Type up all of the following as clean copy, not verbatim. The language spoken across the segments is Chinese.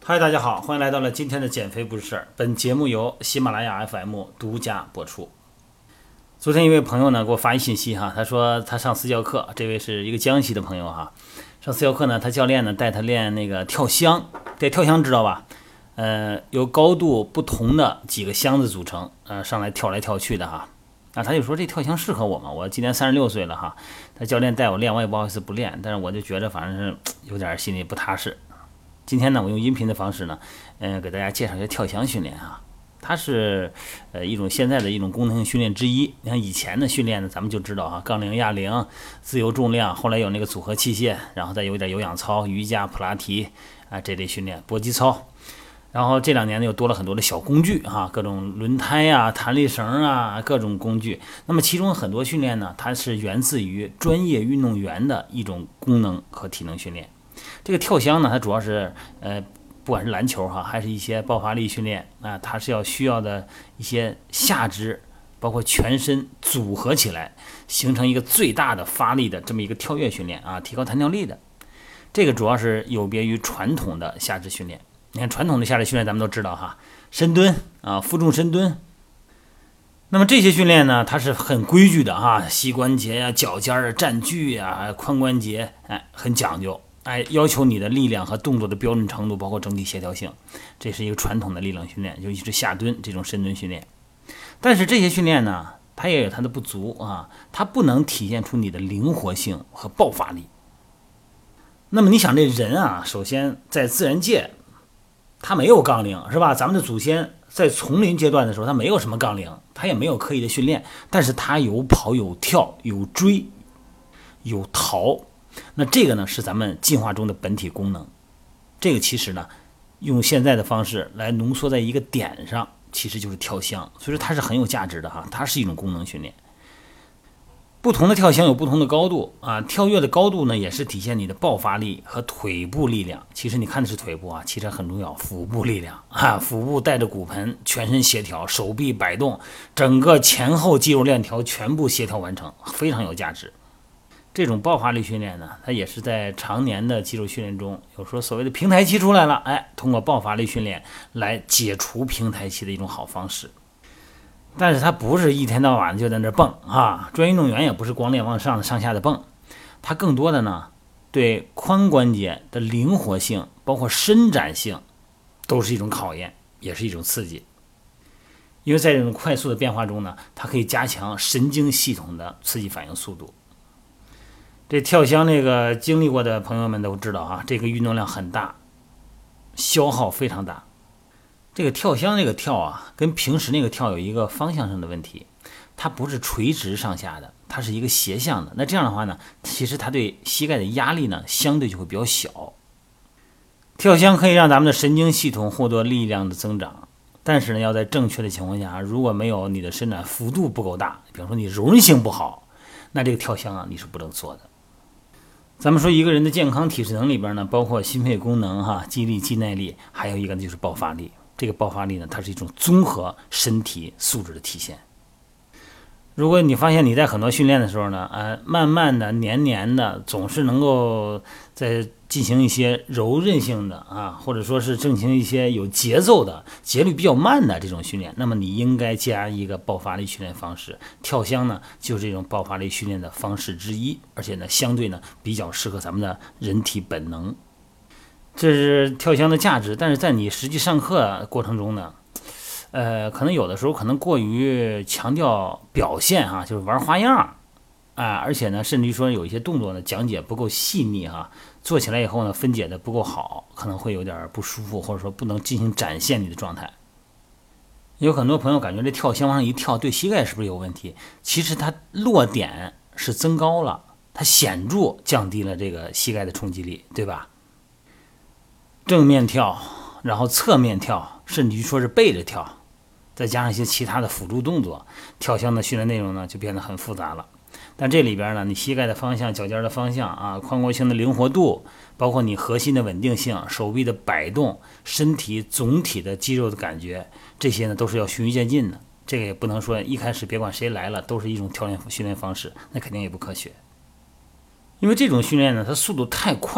嗨，大家好，欢迎来到了今天的减肥不是事儿。本节目由喜马拉雅 FM 独家播出。昨天一位朋友呢给我发一信息哈，他说他上私教课，这位是一个江西的朋友哈。上私教课呢，他教练呢带他练那个跳箱，这跳箱知道吧？由高度不同的几个箱子组成，上来跳来跳去的哈。他就说这跳箱适合我吗？我今年36岁了哈，他教练带我练，我也不好意思不练，但是我就觉得反正是有点心里不踏实。今天呢，我用音频的方式呢，给大家介绍一下跳箱训练啊。它是现在的一种功能性训练之一。你看以前的训练呢，咱们就知道哈，杠铃、哑铃、自由重量，后来有那个组合器械，然后再有点有氧操、瑜伽、普拉提啊这类训练，搏击操。然后这2年呢，又多了很多的小工具哈，各种轮胎啊、弹力绳啊，各种工具。那么其中很多训练呢，它是源自于专业运动员的一种功能和体能训练。这个跳箱呢，它主要是不管是篮球哈，还是一些爆发力训练啊，它是需要的一些下肢，包括全身组合起来，形成一个最大的发力的这么一个跳跃训练啊，提高弹跳力的。这个主要是有别于传统的下肢训练。你看传统的下肢训练咱们都知道哈，深蹲啊，负重深蹲。那么这些训练呢，它是很规矩的哈，膝关节呀、脚尖啊、站距呀、髋关节，很讲究。要求你的力量和动作的标准程度，包括整体协调性，这是一个传统的力量训练，尤其是下蹲这种深蹲训练。但是这些训练呢，它也有它的不足啊，它不能体现出你的灵活性和爆发力。那么你想这人啊，首先在自然界，他没有杠铃是吧？咱们的祖先在丛林阶段的时候，他没有什么杠铃，他也没有刻意的训练，但是他有跑有跳有追有逃。那这个呢是咱们进化中的本体功能，这个其实呢用现在的方式来浓缩在一个点上，其实就是跳箱，所以说它是很有价值的哈，它是一种功能训练。不同的跳箱有不同的高度啊，跳跃的高度呢也是体现你的爆发力和腿部力量。其实你看的是腿部啊，其实很重要，腹部力量啊，腹部带着骨盆，全身协调，手臂摆动，整个前后肌肉链条全部协调完成，非常有价值。这种爆发力训练呢，它也是在常年的肌肉训练中，有时候所谓的平台期出来了，通过爆发力训练来解除平台期的一种好方式。但是它不是一天到晚就在那蹦啊，专业运动员也不是光练往上下的蹦，它更多的呢，对髋关节的灵活性，包括伸展性，都是一种考验，也是一种刺激。因为在这种快速的变化中呢，它可以加强神经系统的刺激反应速度。这跳箱这个经历过的朋友们都知道啊，这个运动量很大，消耗非常大。这个跳箱这个跳啊，跟平时那个跳有一个方向上的问题，它不是垂直上下的，它是一个斜向的。那这样的话呢，其实它对膝盖的压力呢，相对就会比较小。跳箱可以让咱们的神经系统获得力量的增长，但是呢，要在正确的情况下，如果没有你的伸展幅度不够大，比方说你柔韧性不好，那这个跳箱啊，你是不能做的。咱们说一个人的健康体适能里边呢，包括心肺功能哈、肌力、肌耐力，还有一个就是爆发力。这个爆发力呢，它是一种综合身体素质的体现。如果你发现你在很多训练的时候呢，慢慢的、年的，总是能够在进行一些柔韧性的啊，或者说是进行一些有节奏的、节律比较慢的这种训练，那么你应该加一个爆发力训练方式。跳箱呢，就是这种爆发力训练的方式之一，而且呢，相对呢比较适合咱们的人体本能。这是跳箱的价值，但是在你实际上课过程中呢，可能有的时候可能过于强调表现哈，就是玩花样而且呢，甚至于说有一些动作呢讲解不够细腻哈，做起来以后呢分解的不够好，可能会有点不舒服，或者说不能进行展现你的状态。有很多朋友感觉这跳箱往上一跳对膝盖是不是有问题？其实它落点是增高了，它显著降低了这个膝盖的冲击力，对吧？正面跳，然后侧面跳，甚至于说是背着跳，再加上一些其他的辅助动作，跳箱的训练内容呢就变得很复杂了。但这里边呢，你膝盖的方向、脚尖的方向啊，髋关节的灵活度，包括你核心的稳定性、手臂的摆动、身体总体的肌肉的感觉，这些呢都是要循序渐进的。这个也不能说一开始别管谁来了都是一种训练方式，那肯定也不科学。因为这种训练呢，它速度太快，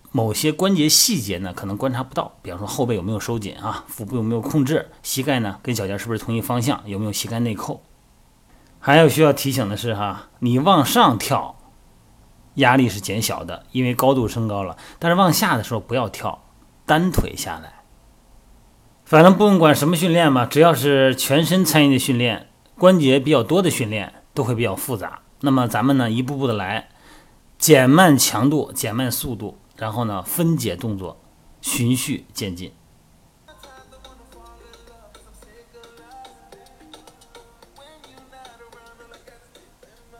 某些关节细节呢可能观察不到，比方说后背有没有收紧啊，腹部有没有控制，膝盖呢跟脚尖是不是同一方向，有没有膝盖内扣。还有需要提醒的是你往上跳压力是减小的，因为高度升高了，但是往下的时候不要跳单腿下来。反正不用管什么训练嘛，只要是全身参与的训练，关节比较多的训练都会比较复杂。那么咱们呢一步步的来，减慢强度，减慢速度，然后呢分解动作，循序渐进。